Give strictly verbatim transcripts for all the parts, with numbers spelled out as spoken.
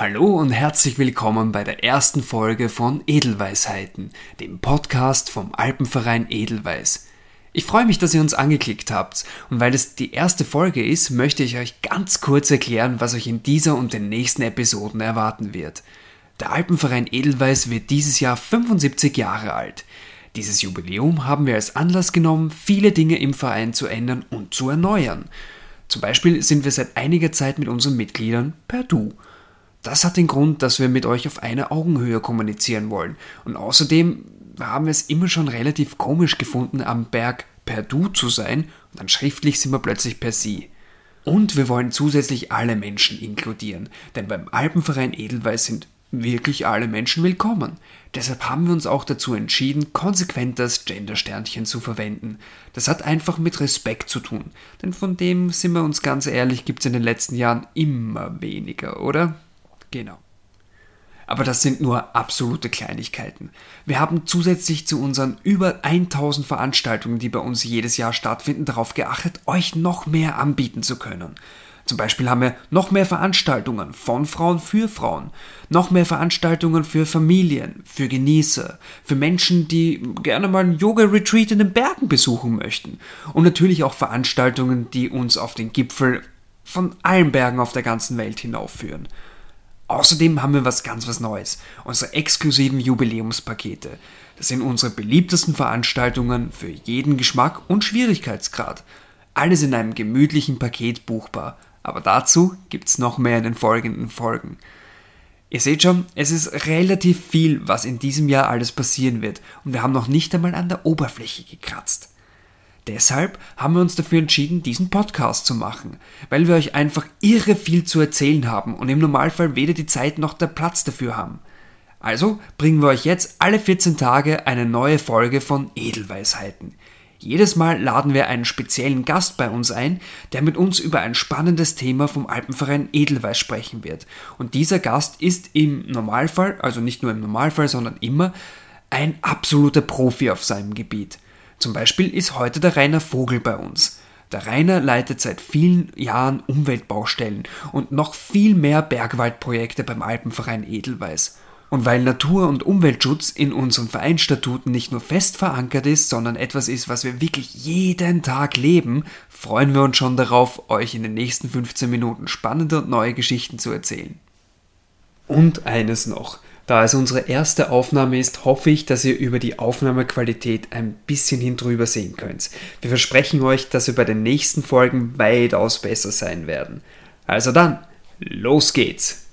Hallo und herzlich willkommen bei der ersten Folge von Edelweisheiten, dem Podcast vom Alpenverein Edelweiss. Ich freue mich, dass ihr uns angeklickt habt, und weil es die erste Folge ist, möchte ich euch ganz kurz erklären, was euch in dieser und den nächsten Episoden erwarten wird. Der Alpenverein Edelweiss wird dieses Jahr fünfundsiebzig Jahre alt. Dieses Jubiläum haben wir als Anlass genommen, viele Dinge im Verein zu ändern und zu erneuern. Zum Beispiel sind wir seit einiger Zeit mit unseren Mitgliedern per Du. Das hat den Grund, dass wir mit euch auf einer Augenhöhe kommunizieren wollen. Und außerdem haben wir es immer schon relativ komisch gefunden, am Berg per Du zu sein, und dann schriftlich sind wir plötzlich per Sie. Und wir wollen zusätzlich alle Menschen inkludieren, denn beim Alpenverein Edelweiss sind wirklich alle Menschen willkommen. Deshalb haben wir uns auch dazu entschieden, konsequent das Gender-Sternchen zu verwenden. Das hat einfach mit Respekt zu tun, denn von dem, sind wir uns ganz ehrlich, gibt es in den letzten Jahren immer weniger, oder? Genau. Aber das sind nur absolute Kleinigkeiten. Wir haben zusätzlich zu unseren über tausend Veranstaltungen, die bei uns jedes Jahr stattfinden, darauf geachtet, euch noch mehr anbieten zu können. Zum Beispiel haben wir noch mehr Veranstaltungen von Frauen für Frauen, noch mehr Veranstaltungen für Familien, für Genießer, für Menschen, die gerne mal einen Yoga-Retreat in den Bergen besuchen möchten, und natürlich auch Veranstaltungen, die uns auf den Gipfel von allen Bergen auf der ganzen Welt hinaufführen. Außerdem haben wir was ganz was Neues, unsere exklusiven Jubiläumspakete. Das sind unsere beliebtesten Veranstaltungen für jeden Geschmack und Schwierigkeitsgrad. Alles in einem gemütlichen Paket buchbar, aber dazu gibt's noch mehr in den folgenden Folgen. Ihr seht schon, es ist relativ viel, was in diesem Jahr alles passieren wird, und wir haben noch nicht einmal an der Oberfläche gekratzt. Deshalb haben wir uns dafür entschieden, diesen Podcast zu machen, weil wir euch einfach irre viel zu erzählen haben und im Normalfall weder die Zeit noch der Platz dafür haben. Also bringen wir euch jetzt alle vierzehn Tage eine neue Folge von Edelweisheiten. Jedes Mal laden wir einen speziellen Gast bei uns ein, der mit uns über ein spannendes Thema vom Alpenverein Edelweiss sprechen wird. Und dieser Gast ist im Normalfall, also nicht nur im Normalfall, sondern immer, ein absoluter Profi auf seinem Gebiet. Zum Beispiel ist heute der Rainer Vogel bei uns. Der Rainer leitet seit vielen Jahren Umweltbaustellen und noch viel mehr Bergwaldprojekte beim Alpenverein Edelweiss. Und weil Natur- und Umweltschutz in unseren Vereinsstatuten nicht nur fest verankert ist, sondern etwas ist, was wir wirklich jeden Tag leben, freuen wir uns schon darauf, euch in den nächsten fünfzehn Minuten spannende und neue Geschichten zu erzählen. Und eines noch. Da es unsere erste Aufnahme ist, hoffe ich, dass ihr über die Aufnahmequalität ein bisschen hindrüber sehen könnt. Wir versprechen euch, dass wir bei den nächsten Folgen weitaus besser sein werden. Also dann, los geht's!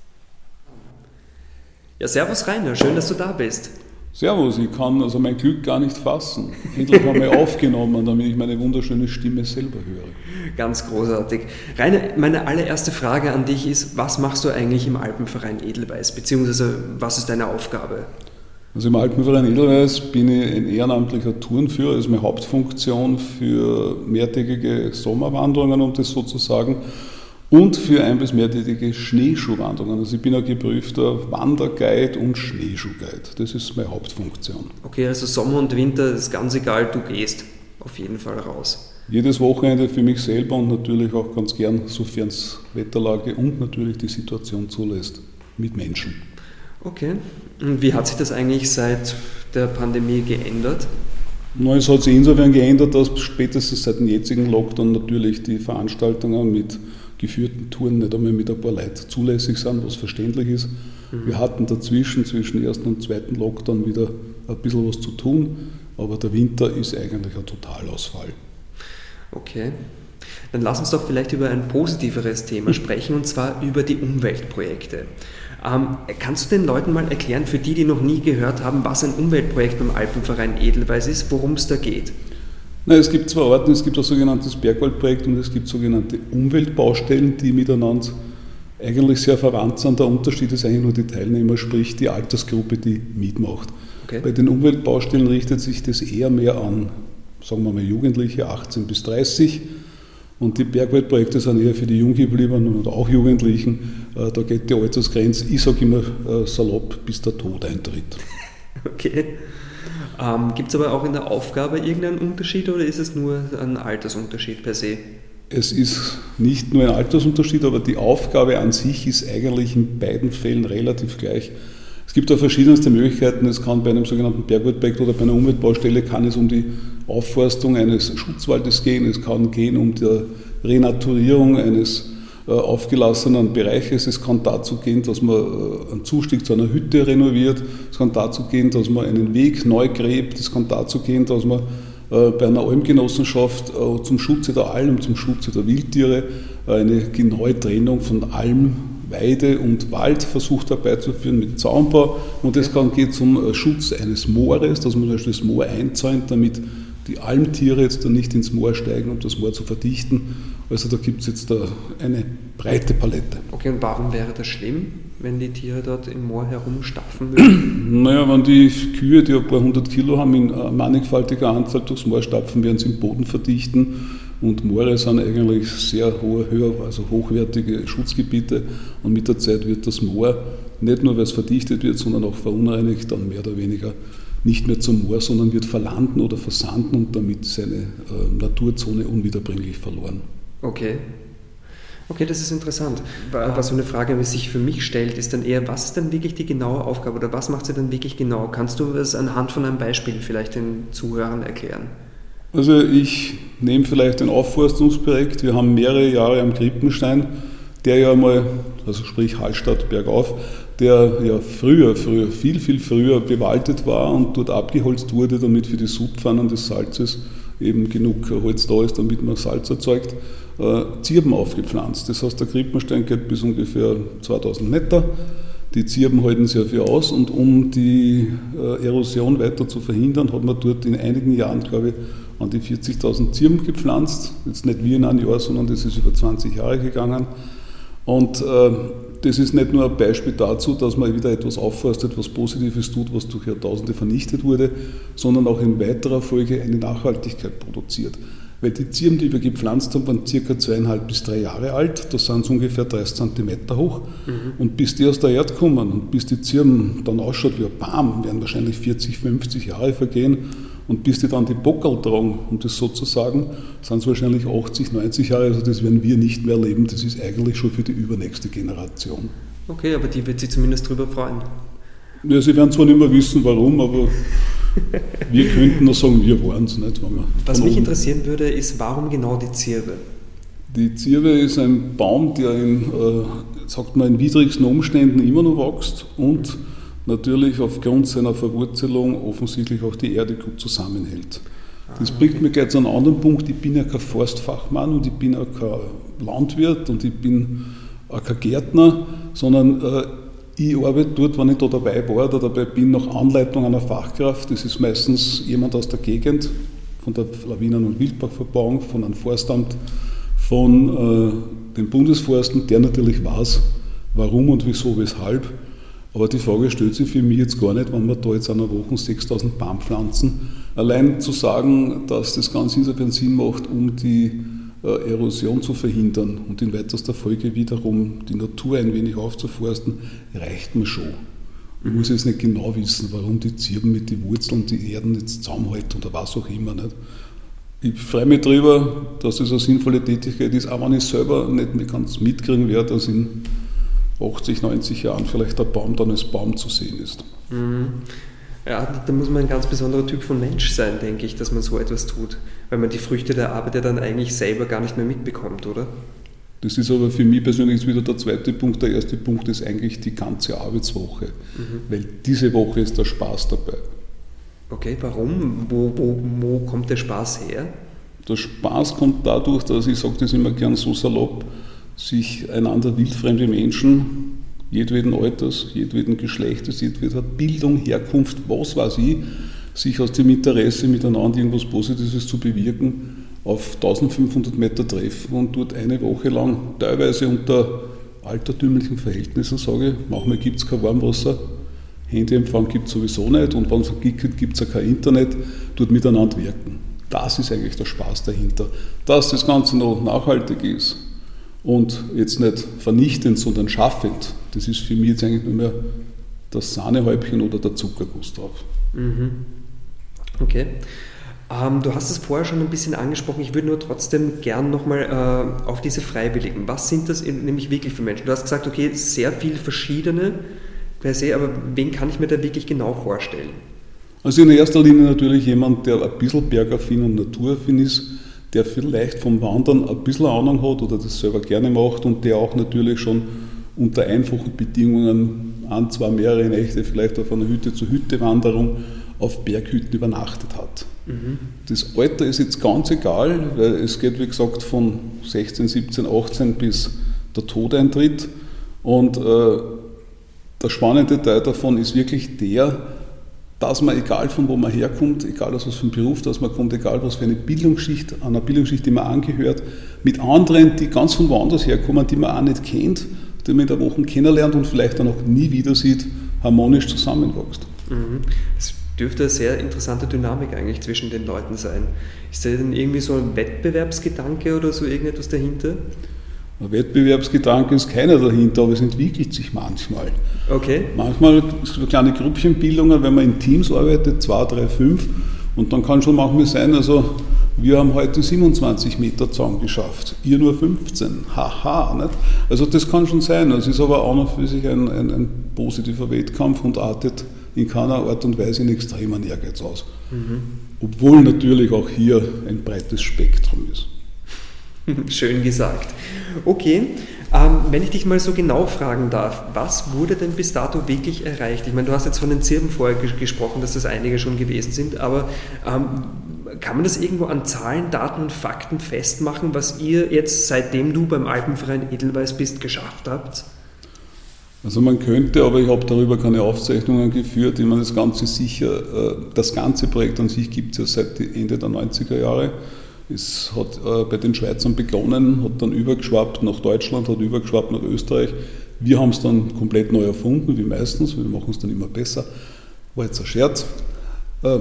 Ja, servus Rainer, schön, dass du da bist. Servus, ich kann also mein Glück gar nicht fassen. Endlich haben wir aufgenommen, damit ich meine wunderschöne Stimme selber höre. Ganz großartig. Rainer, meine allererste Frage an dich ist, was machst du eigentlich im Alpenverein Edelweiss, beziehungsweise was ist deine Aufgabe? Also im Alpenverein Edelweiss bin ich ein ehrenamtlicher Tourenführer, das ist meine Hauptfunktion für mehrtägige Sommerwanderungen, um das so zu sagen, und für ein- bis mehrtägige Schneeschuhwanderungen. Also ich bin ein geprüfter Wanderguide und Schneeschuhguide. Das ist meine Hauptfunktion. Okay, also Sommer und Winter ist ganz egal, du gehst auf jeden Fall raus. Jedes Wochenende für mich selber und natürlich auch ganz gern, sofern es Wetterlage und natürlich die Situation zulässt, mit Menschen. Okay, und wie hat sich das eigentlich seit der Pandemie geändert? No, es hat sich insofern geändert, dass spätestens seit dem jetzigen Lockdown natürlich die Veranstaltungen mit geführten Touren nicht einmal mit ein paar Leuten zulässig sind, was verständlich ist. Mhm. Wir hatten dazwischen, zwischen ersten und zweiten Lockdown wieder ein bisschen was zu tun, aber der Winter ist eigentlich ein Totalausfall. Okay, dann lass uns doch vielleicht über ein positiveres Thema sprechen, und zwar über die Umweltprojekte. Ähm, kannst du den Leuten mal erklären, für die, die noch nie gehört haben, was ein Umweltprojekt beim Alpenverein Edelweiss ist, worum es da geht? Na, es gibt zwei Arten, es gibt ein sogenanntes Bergwaldprojekt und es gibt sogenannte Umweltbaustellen, die miteinander eigentlich sehr verwandt sind. Der Unterschied ist eigentlich nur die Teilnehmer, sprich die Altersgruppe, die mitmacht. Okay. Bei den Umweltbaustellen richtet sich das eher mehr an, sagen wir mal, Jugendliche, achtzehn bis dreißig. Und die Bergwaldprojekte sind eher für die Junggebliebenen und auch Jugendlichen. Da geht die Altersgrenze, ich sage immer salopp, bis der Tod eintritt. Okay. Ähm, gibt es aber auch in der Aufgabe irgendeinen Unterschied oder ist es nur ein Altersunterschied per se? es ist nicht nur ein Altersunterschied, aber die Aufgabe an sich ist eigentlich in beiden Fällen relativ gleich. Es gibt da verschiedenste Möglichkeiten. Es kann bei einem sogenannten Bergwaldprojekt oder bei einer Umweltbaustelle kann es um die Aufforstung eines Schutzwaldes gehen. Es kann gehen um die Renaturierung eines äh, aufgelassenen Bereiches. Es kann dazu gehen, dass man äh, einen Zustieg zu einer Hütte renoviert. Es kann dazu gehen, dass man einen Weg neu gräbt. Es kann dazu gehen, dass man äh, bei einer Almgenossenschaft äh, zum Schutze der Alm, zum Schutze der Wildtiere äh, eine genaue Trennung von Alm, Weide und Wald versucht herbeizuführen mit Zaunbau. Und es kann geht zum Schutz eines Moores, dass man zum Beispiel das Moor einzäunt, damit die Almtiere jetzt dann nicht ins Moor steigen, um das Moor zu verdichten. Also da gibt es jetzt da eine breite Palette. Okay, und warum wäre das schlimm, wenn die Tiere dort im Moor herumstapfen würden? Naja, wenn die Kühe, die ein paar hundert Kilo haben, in mannigfaltiger Anzahl durchs Moor stapfen, werden sie im Boden verdichten. Und Moore sind eigentlich sehr hohe, höher, also hochwertige Schutzgebiete. Und mit der Zeit wird das Moor, nicht nur weil es verdichtet wird, sondern auch verunreinigt, dann mehr oder weniger nicht mehr zum Moor, sondern wird verlanden oder versanden und damit seine äh, Naturzone unwiederbringlich verloren. Okay. Okay, das ist interessant. Was so eine Frage, die sich für mich stellt, ist dann eher, was ist dann wirklich die genaue Aufgabe oder was macht sie dann wirklich genau? Kannst du das anhand von einem Beispiel vielleicht den Zuhörern erklären? Also ich nehme vielleicht ein Aufforstungsprojekt. Wir haben mehrere Jahre am Grippenstein, der ja mal, also sprich Hallstatt bergauf, der ja früher, früher, viel, viel früher bewaldet war und dort abgeholzt wurde, damit für die Subpfannen des Salzes eben genug Holz da ist, damit man Salz erzeugt, äh, Zirben aufgepflanzt. Das heißt, der Grippenstein geht bis ungefähr zweitausend Meter. Die Zirben halten sehr viel aus und um die äh, Erosion weiter zu verhindern, hat man dort in einigen Jahren, glaube ich, an die vierzigtausend Zirben gepflanzt. Jetzt nicht wie in einem Jahr, sondern das ist über zwanzig Jahre gegangen. Und äh, das ist nicht nur ein Beispiel dazu, dass man wieder etwas aufforstet, was Positives tut, was durch Jahrtausende vernichtet wurde, sondern auch in weiterer Folge eine Nachhaltigkeit produziert. Weil die Zirben, die wir gepflanzt haben, waren circa zweieinhalb bis drei Jahre alt, da sind sie ungefähr dreißig Zentimeter hoch. Mhm. Und bis die aus der Erde kommen und bis die Zirben dann ausschaut wie ein Baum, werden wahrscheinlich vierzig, fünfzig Jahre vergehen. Und bis die dann die Bockerl tragen, um das so zu sagen, sind es wahrscheinlich achtzig, neunzig Jahre, also das werden wir nicht mehr erleben, das ist eigentlich schon für die übernächste Generation. Okay, aber die wird sich zumindest drüber freuen. Ja, sie werden zwar nicht mehr wissen, warum, aber wir könnten nur sagen, wir waren es nicht. Wenn wir Was mich interessieren würde, ist, warum genau die Zirbe? Die Zirbe ist ein Baum, der in, äh, sagt man, in widrigsten Umständen immer noch wächst und natürlich aufgrund seiner Verwurzelung offensichtlich auch die Erde gut zusammenhält. Das bringt okay. mir gleich zu einem anderen Punkt. Ich bin ja kein Forstfachmann und ich bin auch kein Landwirt und ich bin auch kein Gärtner, sondern äh, ich arbeite dort, wenn ich da dabei war oder dabei bin, nach Anleitung einer Fachkraft. Das ist meistens jemand aus der Gegend, von der Lawinen- und Wildparkverbauung, von einem Forstamt, von äh, den Bundesforsten, der natürlich weiß, warum und wieso, weshalb. Aber die Frage stellt sich für mich jetzt gar nicht, wenn wir da jetzt einer Woche sechstausend Baum pflanzen. Allein zu sagen, dass das ganz insofern Sinn macht, um die äh, Erosion zu verhindern und in weiterster Folge wiederum die Natur ein wenig aufzuforsten, reicht mir schon. Ich muss jetzt nicht genau wissen, warum die Zirben mit den Wurzeln die Erden jetzt zusammenhalten oder was auch immer. Nicht. Ich freue mich darüber, dass das eine sinnvolle Tätigkeit ist, auch wenn ich selber nicht mehr ganz mitkriegen werde, dass in achtzig, neunzig Jahren vielleicht der Baum dann als Baum zu sehen ist. Mhm. Ja, da muss man ein ganz besonderer Typ von Mensch sein, denke ich, dass man so etwas tut, weil man die Früchte der Arbeit ja dann eigentlich selber gar nicht mehr mitbekommt, oder? Das ist aber für mich persönlich jetzt wieder der zweite Punkt. Der erste Punkt ist eigentlich die ganze Arbeitswoche, mhm. weil diese Woche ist der Spaß dabei. Okay, warum? Wo, wo, wo kommt der Spaß her? Der Spaß kommt dadurch, dass, ich sage das immer gern so salopp, sich einander wildfremde Menschen, jedweden Alters, jedweden Geschlechtes, jedweder Bildung, Herkunft, was weiß ich, sich aus dem Interesse miteinander irgendwas Positives zu bewirken, auf eintausendfünfhundert Meter treffen und dort eine Woche lang, teilweise unter altertümlichen Verhältnissen, sage ich, manchmal gibt es kein Warmwasser, Handyempfang gibt es sowieso nicht und wenn es gibt, gibt es auch kein Internet, dort miteinander wirken. Das ist eigentlich der Spaß dahinter. Dass das Ganze noch nachhaltig ist und jetzt nicht vernichtend, sondern schaffend, das ist für mich jetzt eigentlich nur mehr das Sahnehäubchen oder der Zuckerguss drauf. Mhm. Okay. Ähm, du hast es vorher schon ein bisschen angesprochen, ich würde nur trotzdem gern nochmal äh, auf diese Freiwilligen. Was sind das in, nämlich wirklich für Menschen? Du hast gesagt, okay, sehr viele verschiedene per se, aber wen kann ich mir da wirklich genau vorstellen? Also in erster Linie natürlich jemand, der ein bisschen bergaffin und naturaffin ist, der vielleicht vom Wandern ein bisschen Ahnung hat oder das selber gerne macht und der auch natürlich schon unter einfachen Bedingungen ein, zwei, mehrere Nächte vielleicht auf einer Hütte-zu-Hütte-Wanderung auf Berghütten übernachtet hat. Mhm. Das Alter ist jetzt ganz egal, weil es geht wie gesagt von sechzehn, siebzehn, achtzehn bis der Tod eintritt und äh, der spannende Teil davon ist wirklich der, dass man, egal von wo man herkommt, egal aus was für einem Beruf dass man kommt, egal was für eine Bildungsschicht, einer Bildungsschicht, die man angehört, mit anderen, die ganz von woanders herkommen, die man auch nicht kennt, die man in der Woche kennenlernt und vielleicht dann auch nie wieder sieht, harmonisch zusammenwächst. Mhm. Das dürfte eine sehr interessante Dynamik eigentlich zwischen den Leuten sein. Ist da denn irgendwie so ein Wettbewerbsgedanke oder so irgendetwas dahinter? Ein Wettbewerbsgedanke ist keiner dahinter, aber es entwickelt sich manchmal. Okay. Manchmal so kleine Grüppchenbildungen, wenn man in Teams arbeitet, zwei, drei, fünf, und dann kann schon manchmal sein, also wir haben heute siebenundzwanzig Meter Zaun geschafft, ihr nur fünfzehn, haha. Nicht? Also das kann schon sein, es ist aber auch noch für sich ein, ein, ein positiver Wettkampf und artet in keiner Art und Weise in extremen Ehrgeiz aus. Mhm. Obwohl natürlich auch hier ein breites Spektrum ist. Schön gesagt. Okay, ähm, wenn ich dich mal so genau fragen darf, was wurde denn bis dato wirklich erreicht? Ich meine, du hast jetzt von den Zirpen vorher ges- gesprochen, dass das einige schon gewesen sind, aber ähm, kann man das irgendwo an Zahlen, Daten und Fakten festmachen, was ihr jetzt, seitdem du beim Alpenverein Edelweiss bist, geschafft habt? Also man könnte, aber ich habe darüber keine Aufzeichnungen geführt, ich meine, das Ganze sicher, das ganze Projekt an sich gibt es ja seit Ende der neunziger Jahre. Es hat äh, bei den Schweizern begonnen, hat dann übergeschwappt nach Deutschland, hat übergeschwappt nach Österreich. Wir haben es dann komplett neu erfunden, wie meistens, wir machen es dann immer besser. War jetzt ein Scherz. Äh,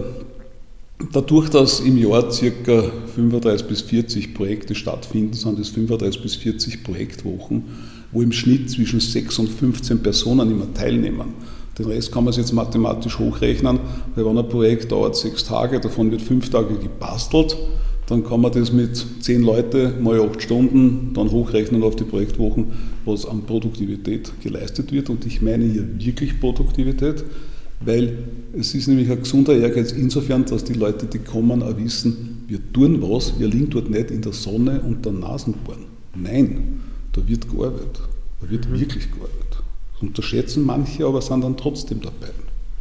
dadurch, dass im Jahr ca. fünfunddreißig bis vierzig Projekte stattfinden, sind es fünfunddreißig bis vierzig Projektwochen, wo im Schnitt zwischen sechs und fünfzehn Personen immer teilnehmen. Den Rest kann man sich jetzt mathematisch hochrechnen, weil wenn ein Projekt dauert sechs Tage, davon wird fünf Tage gebastelt, dann kann man das mit zehn Leuten mal acht Stunden dann hochrechnen auf die Projektwochen, was an Produktivität geleistet wird. Und ich meine hier wirklich Produktivität, weil es ist nämlich ein gesunder Ehrgeiz insofern, dass die Leute, die kommen, auch wissen, wir tun was, wir liegen dort nicht in der Sonne und der Nasenbohren. Nein, da wird gearbeitet, da wird mhm. wirklich gearbeitet. Das unterschätzen manche, aber sind dann trotzdem dabei.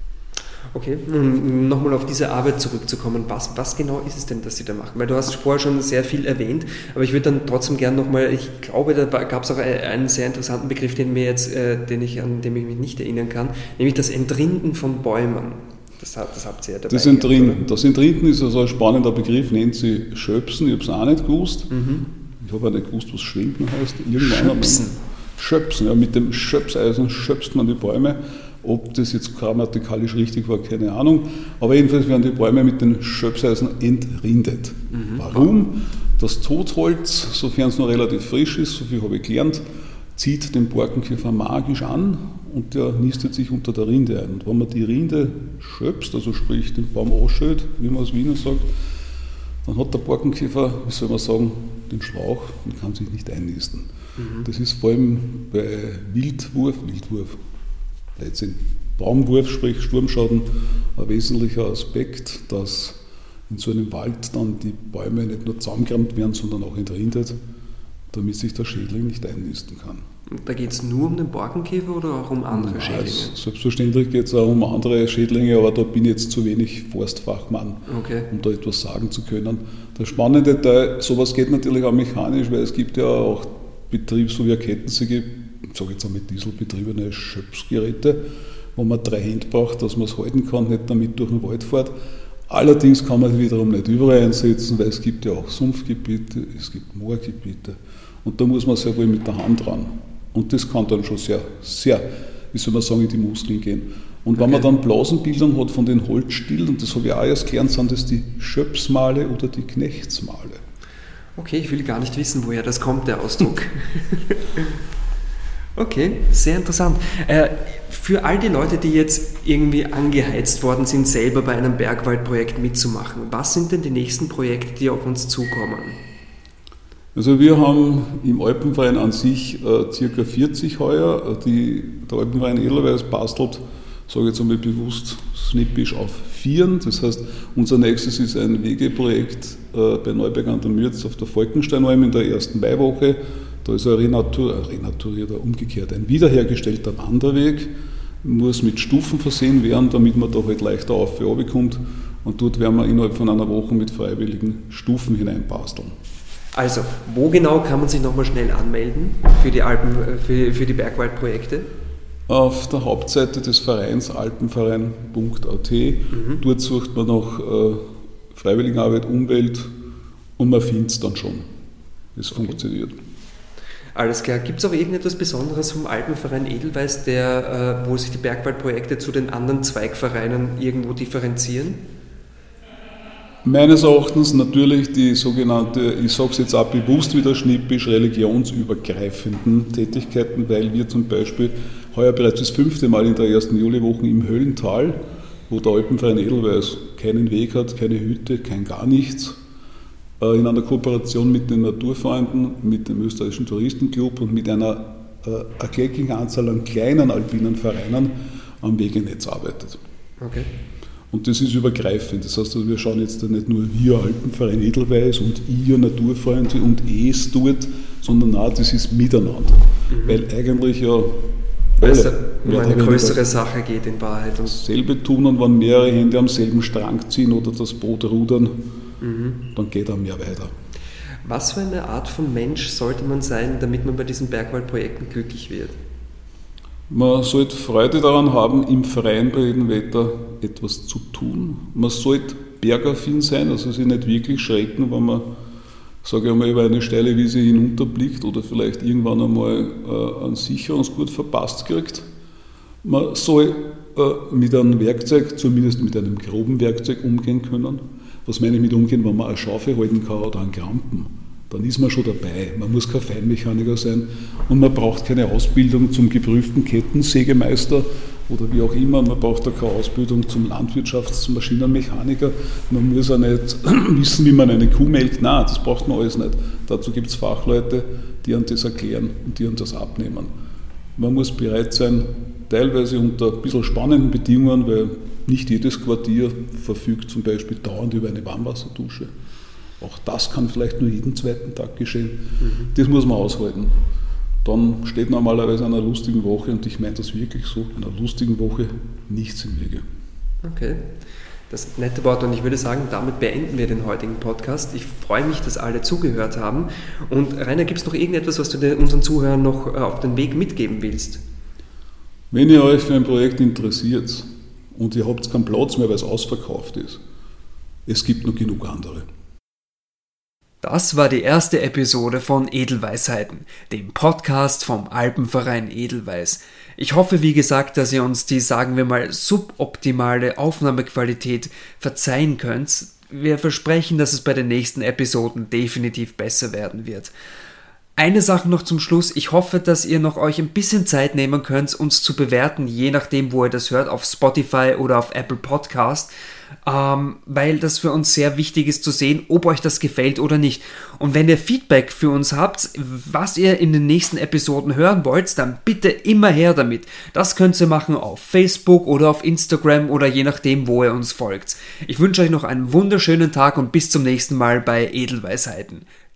Okay, um nochmal auf diese Arbeit zurückzukommen, was, was genau ist es denn, dass Sie da machen? Weil du hast vorher schon sehr viel erwähnt, aber ich würde dann trotzdem gerne nochmal, ich glaube, da gab es auch einen sehr interessanten Begriff, den, mir jetzt, äh, den ich, an den ich mich nicht erinnern kann, nämlich das Entrinden von Bäumen. Das, das habt ihr ja dabei. Das Entrinden, das Entrinden ist also ein spannender Begriff, nennt sie Schöpsen, ich habe es auch nicht gewusst. Mhm. Ich habe auch nicht gewusst, was Schwenden heißt. Irgendwann Schöpsen. Schöpsen, ja, mit dem Schöpseisen schöpst man die Bäume. Ob das jetzt grammatikalisch richtig war, keine Ahnung. Aber jedenfalls werden die Bäume mit den Schöpseisen entrindet. Mhm. Warum? Das Totholz, sofern es noch relativ frisch ist, so viel habe ich gelernt, zieht den Borkenkäfer magisch an und der nistet sich unter der Rinde ein. Und wenn man die Rinde schöpst, also sprich den Baum anschölt, wie man aus Wiener sagt, dann hat der Borkenkäfer, wie soll man sagen, den Schwauch und kann sich nicht einnisten. Mhm. Das ist vor allem bei Wildwurf, Wildwurf, Letztendlich Baumwurf, sprich Sturmschaden, ein wesentlicher Aspekt, dass in so einem Wald dann die Bäume nicht nur zusammengerammt werden, sondern auch entrindet, damit sich der Schädling nicht einnisten kann. Da geht es nur um den Borkenkäfer oder auch um andere Nein, Schädlinge? Selbstverständlich geht es auch um andere Schädlinge, aber da bin ich jetzt zu wenig Forstfachmann, okay. um da etwas sagen zu können. Der spannende Teil, sowas geht natürlich auch mechanisch, weil es gibt ja auch Betriebe, so wie eine Kettensäge, ich sage jetzt auch mit Diesel betriebene Schöpfgeräte, wo man drei Hände braucht, dass man es halten kann, nicht damit durch den Wald fährt. Allerdings kann man es wiederum nicht überall einsetzen, weil es gibt ja auch Sumpfgebiete, es gibt Moorgebiete und da muss man sehr wohl mit der Hand ran. Und das kann dann schon sehr, sehr, wie soll man sagen, in die Muskeln gehen. Und okay. wenn man dann Blasenbildung hat von den Holzstillen, und das habe ich auch erst gelernt, sind das die Schöpsmale oder die Knechtsmale. Okay, ich will gar nicht wissen, woher das kommt, der Ausdruck. Okay, sehr interessant. Äh, Für all die Leute, die jetzt irgendwie angeheizt worden sind, selber bei einem Bergwaldprojekt mitzumachen, was sind denn die nächsten Projekte, die auf uns zukommen? Also wir haben im Alpenverein an sich äh, circa vierzig heuer. Die, der Alpenverein Edelweiß bastelt, sage ich jetzt einmal bewusst schnippisch, auf Vieren. Das heißt, unser nächstes ist ein Wegeprojekt äh, bei Neuberg an der Mürz auf der Falkensteinalm in der ersten Maiwoche. Da ist ein Renatur, renaturierter, umgekehrt, ein wiederhergestellter Wanderweg, muss mit Stufen versehen werden, damit man da halt leichter auf und runter kommt. Und dort werden wir innerhalb von einer Woche mit freiwilligen Stufen hineinbasteln. Also, wo genau kann man sich nochmal schnell anmelden für die, Alpen, für, für die Bergwaldprojekte? Auf der Hauptseite des Vereins alpenverein punkt a t. Mhm. Dort sucht man nach äh, Freiwilligenarbeit, Umwelt und man findet es dann schon. Es okay. funktioniert. Alles klar. Gibt es auch irgendetwas Besonderes vom Alpenverein Edelweiß, der, äh, wo sich die Bergwaldprojekte zu den anderen Zweigvereinen irgendwo differenzieren? Meines Erachtens natürlich die sogenannte, ich sage es jetzt auch bewusst wieder schnippisch, religionsübergreifenden Tätigkeiten, weil wir zum Beispiel heuer bereits das fünfte Mal in der ersten Juliwoche im Höllental, wo der Alpenverein Edelweiß keinen Weg hat, keine Hütte, kein gar nichts, in einer Kooperation mit den Naturfreunden, mit dem österreichischen Touristenclub und mit einer äh, erklecklichen Anzahl an kleinen alpinen Vereinen am Wegenetz arbeitet. Okay. Und das ist übergreifend. Das heißt, wir schauen jetzt nicht nur wir Alpenverein Edelweiß und ihr Naturfreunde und es tut, sondern nein, das ist miteinander. Mhm. Weil eigentlich ja weil es um eine größere Sache geht in Wahrheit. Dasselbe tun und wenn mehrere Hände am selben Strang ziehen oder das Boot rudern, mhm. dann geht er mehr weiter. Was für eine Art von Mensch sollte man sein, damit man bei diesen Bergwaldprojekten glücklich wird? Man sollte Freude daran haben, im Verein bei jedem Wetter etwas zu tun. Man sollte bergaffin sein, also sich nicht wirklich schrecken, wenn man, sage ich einmal, über eine steile Wiese hinunterblickt oder vielleicht irgendwann einmal äh, einen Sicherungsgurt verpasst kriegt. Man soll äh, mit einem Werkzeug, zumindest mit einem groben Werkzeug, umgehen können. Was meine ich mit umgehen, wenn man eine Schaufel halten kann oder einen Krampen? Dann ist man schon dabei. Man muss kein Feinmechaniker sein und man braucht keine Ausbildung zum geprüften Kettensägemeister oder wie auch immer. Man braucht auch keine Ausbildung zum Landwirtschafts-, zum Maschinenmechaniker. Man muss auch nicht wissen, wie man eine Kuh melkt. Nein, das braucht man alles nicht. Dazu gibt es Fachleute, die einem das erklären und die einem das abnehmen. Man muss bereit sein, teilweise unter ein bisschen spannenden Bedingungen, weil nicht jedes Quartier verfügt zum Beispiel dauernd über eine Warmwasserdusche. Auch das kann vielleicht nur jeden zweiten Tag geschehen. Mhm. Das muss man aushalten. Dann steht normalerweise einer lustigen Woche, und ich meine das wirklich so, einer lustigen Woche nichts im Wege. Okay, das sind nette Worte und ich würde sagen, damit beenden wir den heutigen Podcast. Ich freue mich, dass alle zugehört haben. Und Rainer, gibt es noch irgendetwas, was du unseren Zuhörern noch auf den Weg mitgeben willst? Wenn ihr euch für ein Projekt interessiert und ihr habt keinen Platz mehr, weil es ausverkauft ist, es gibt noch genug andere. Das war die erste Episode von Edelweisheiten, dem Podcast vom Alpenverein Edelweiß. Ich hoffe, wie gesagt, dass ihr uns die, sagen wir mal, suboptimale Aufnahmequalität verzeihen könnt. Wir versprechen, dass es bei den nächsten Episoden definitiv besser werden wird. Eine Sache noch zum Schluss. Ich hoffe, dass ihr noch euch ein bisschen Zeit nehmen könnt, uns zu bewerten, je nachdem, wo ihr das hört, auf Spotify oder auf Apple Podcast, ähm, weil das für uns sehr wichtig ist zu sehen, ob euch das gefällt oder nicht. Und wenn ihr Feedback für uns habt, was ihr in den nächsten Episoden hören wollt, dann bitte immer her damit. Das könnt ihr machen auf Facebook oder auf Instagram oder je nachdem, wo ihr uns folgt. Ich wünsche euch noch einen wunderschönen Tag und bis zum nächsten Mal bei Edelweisheiten.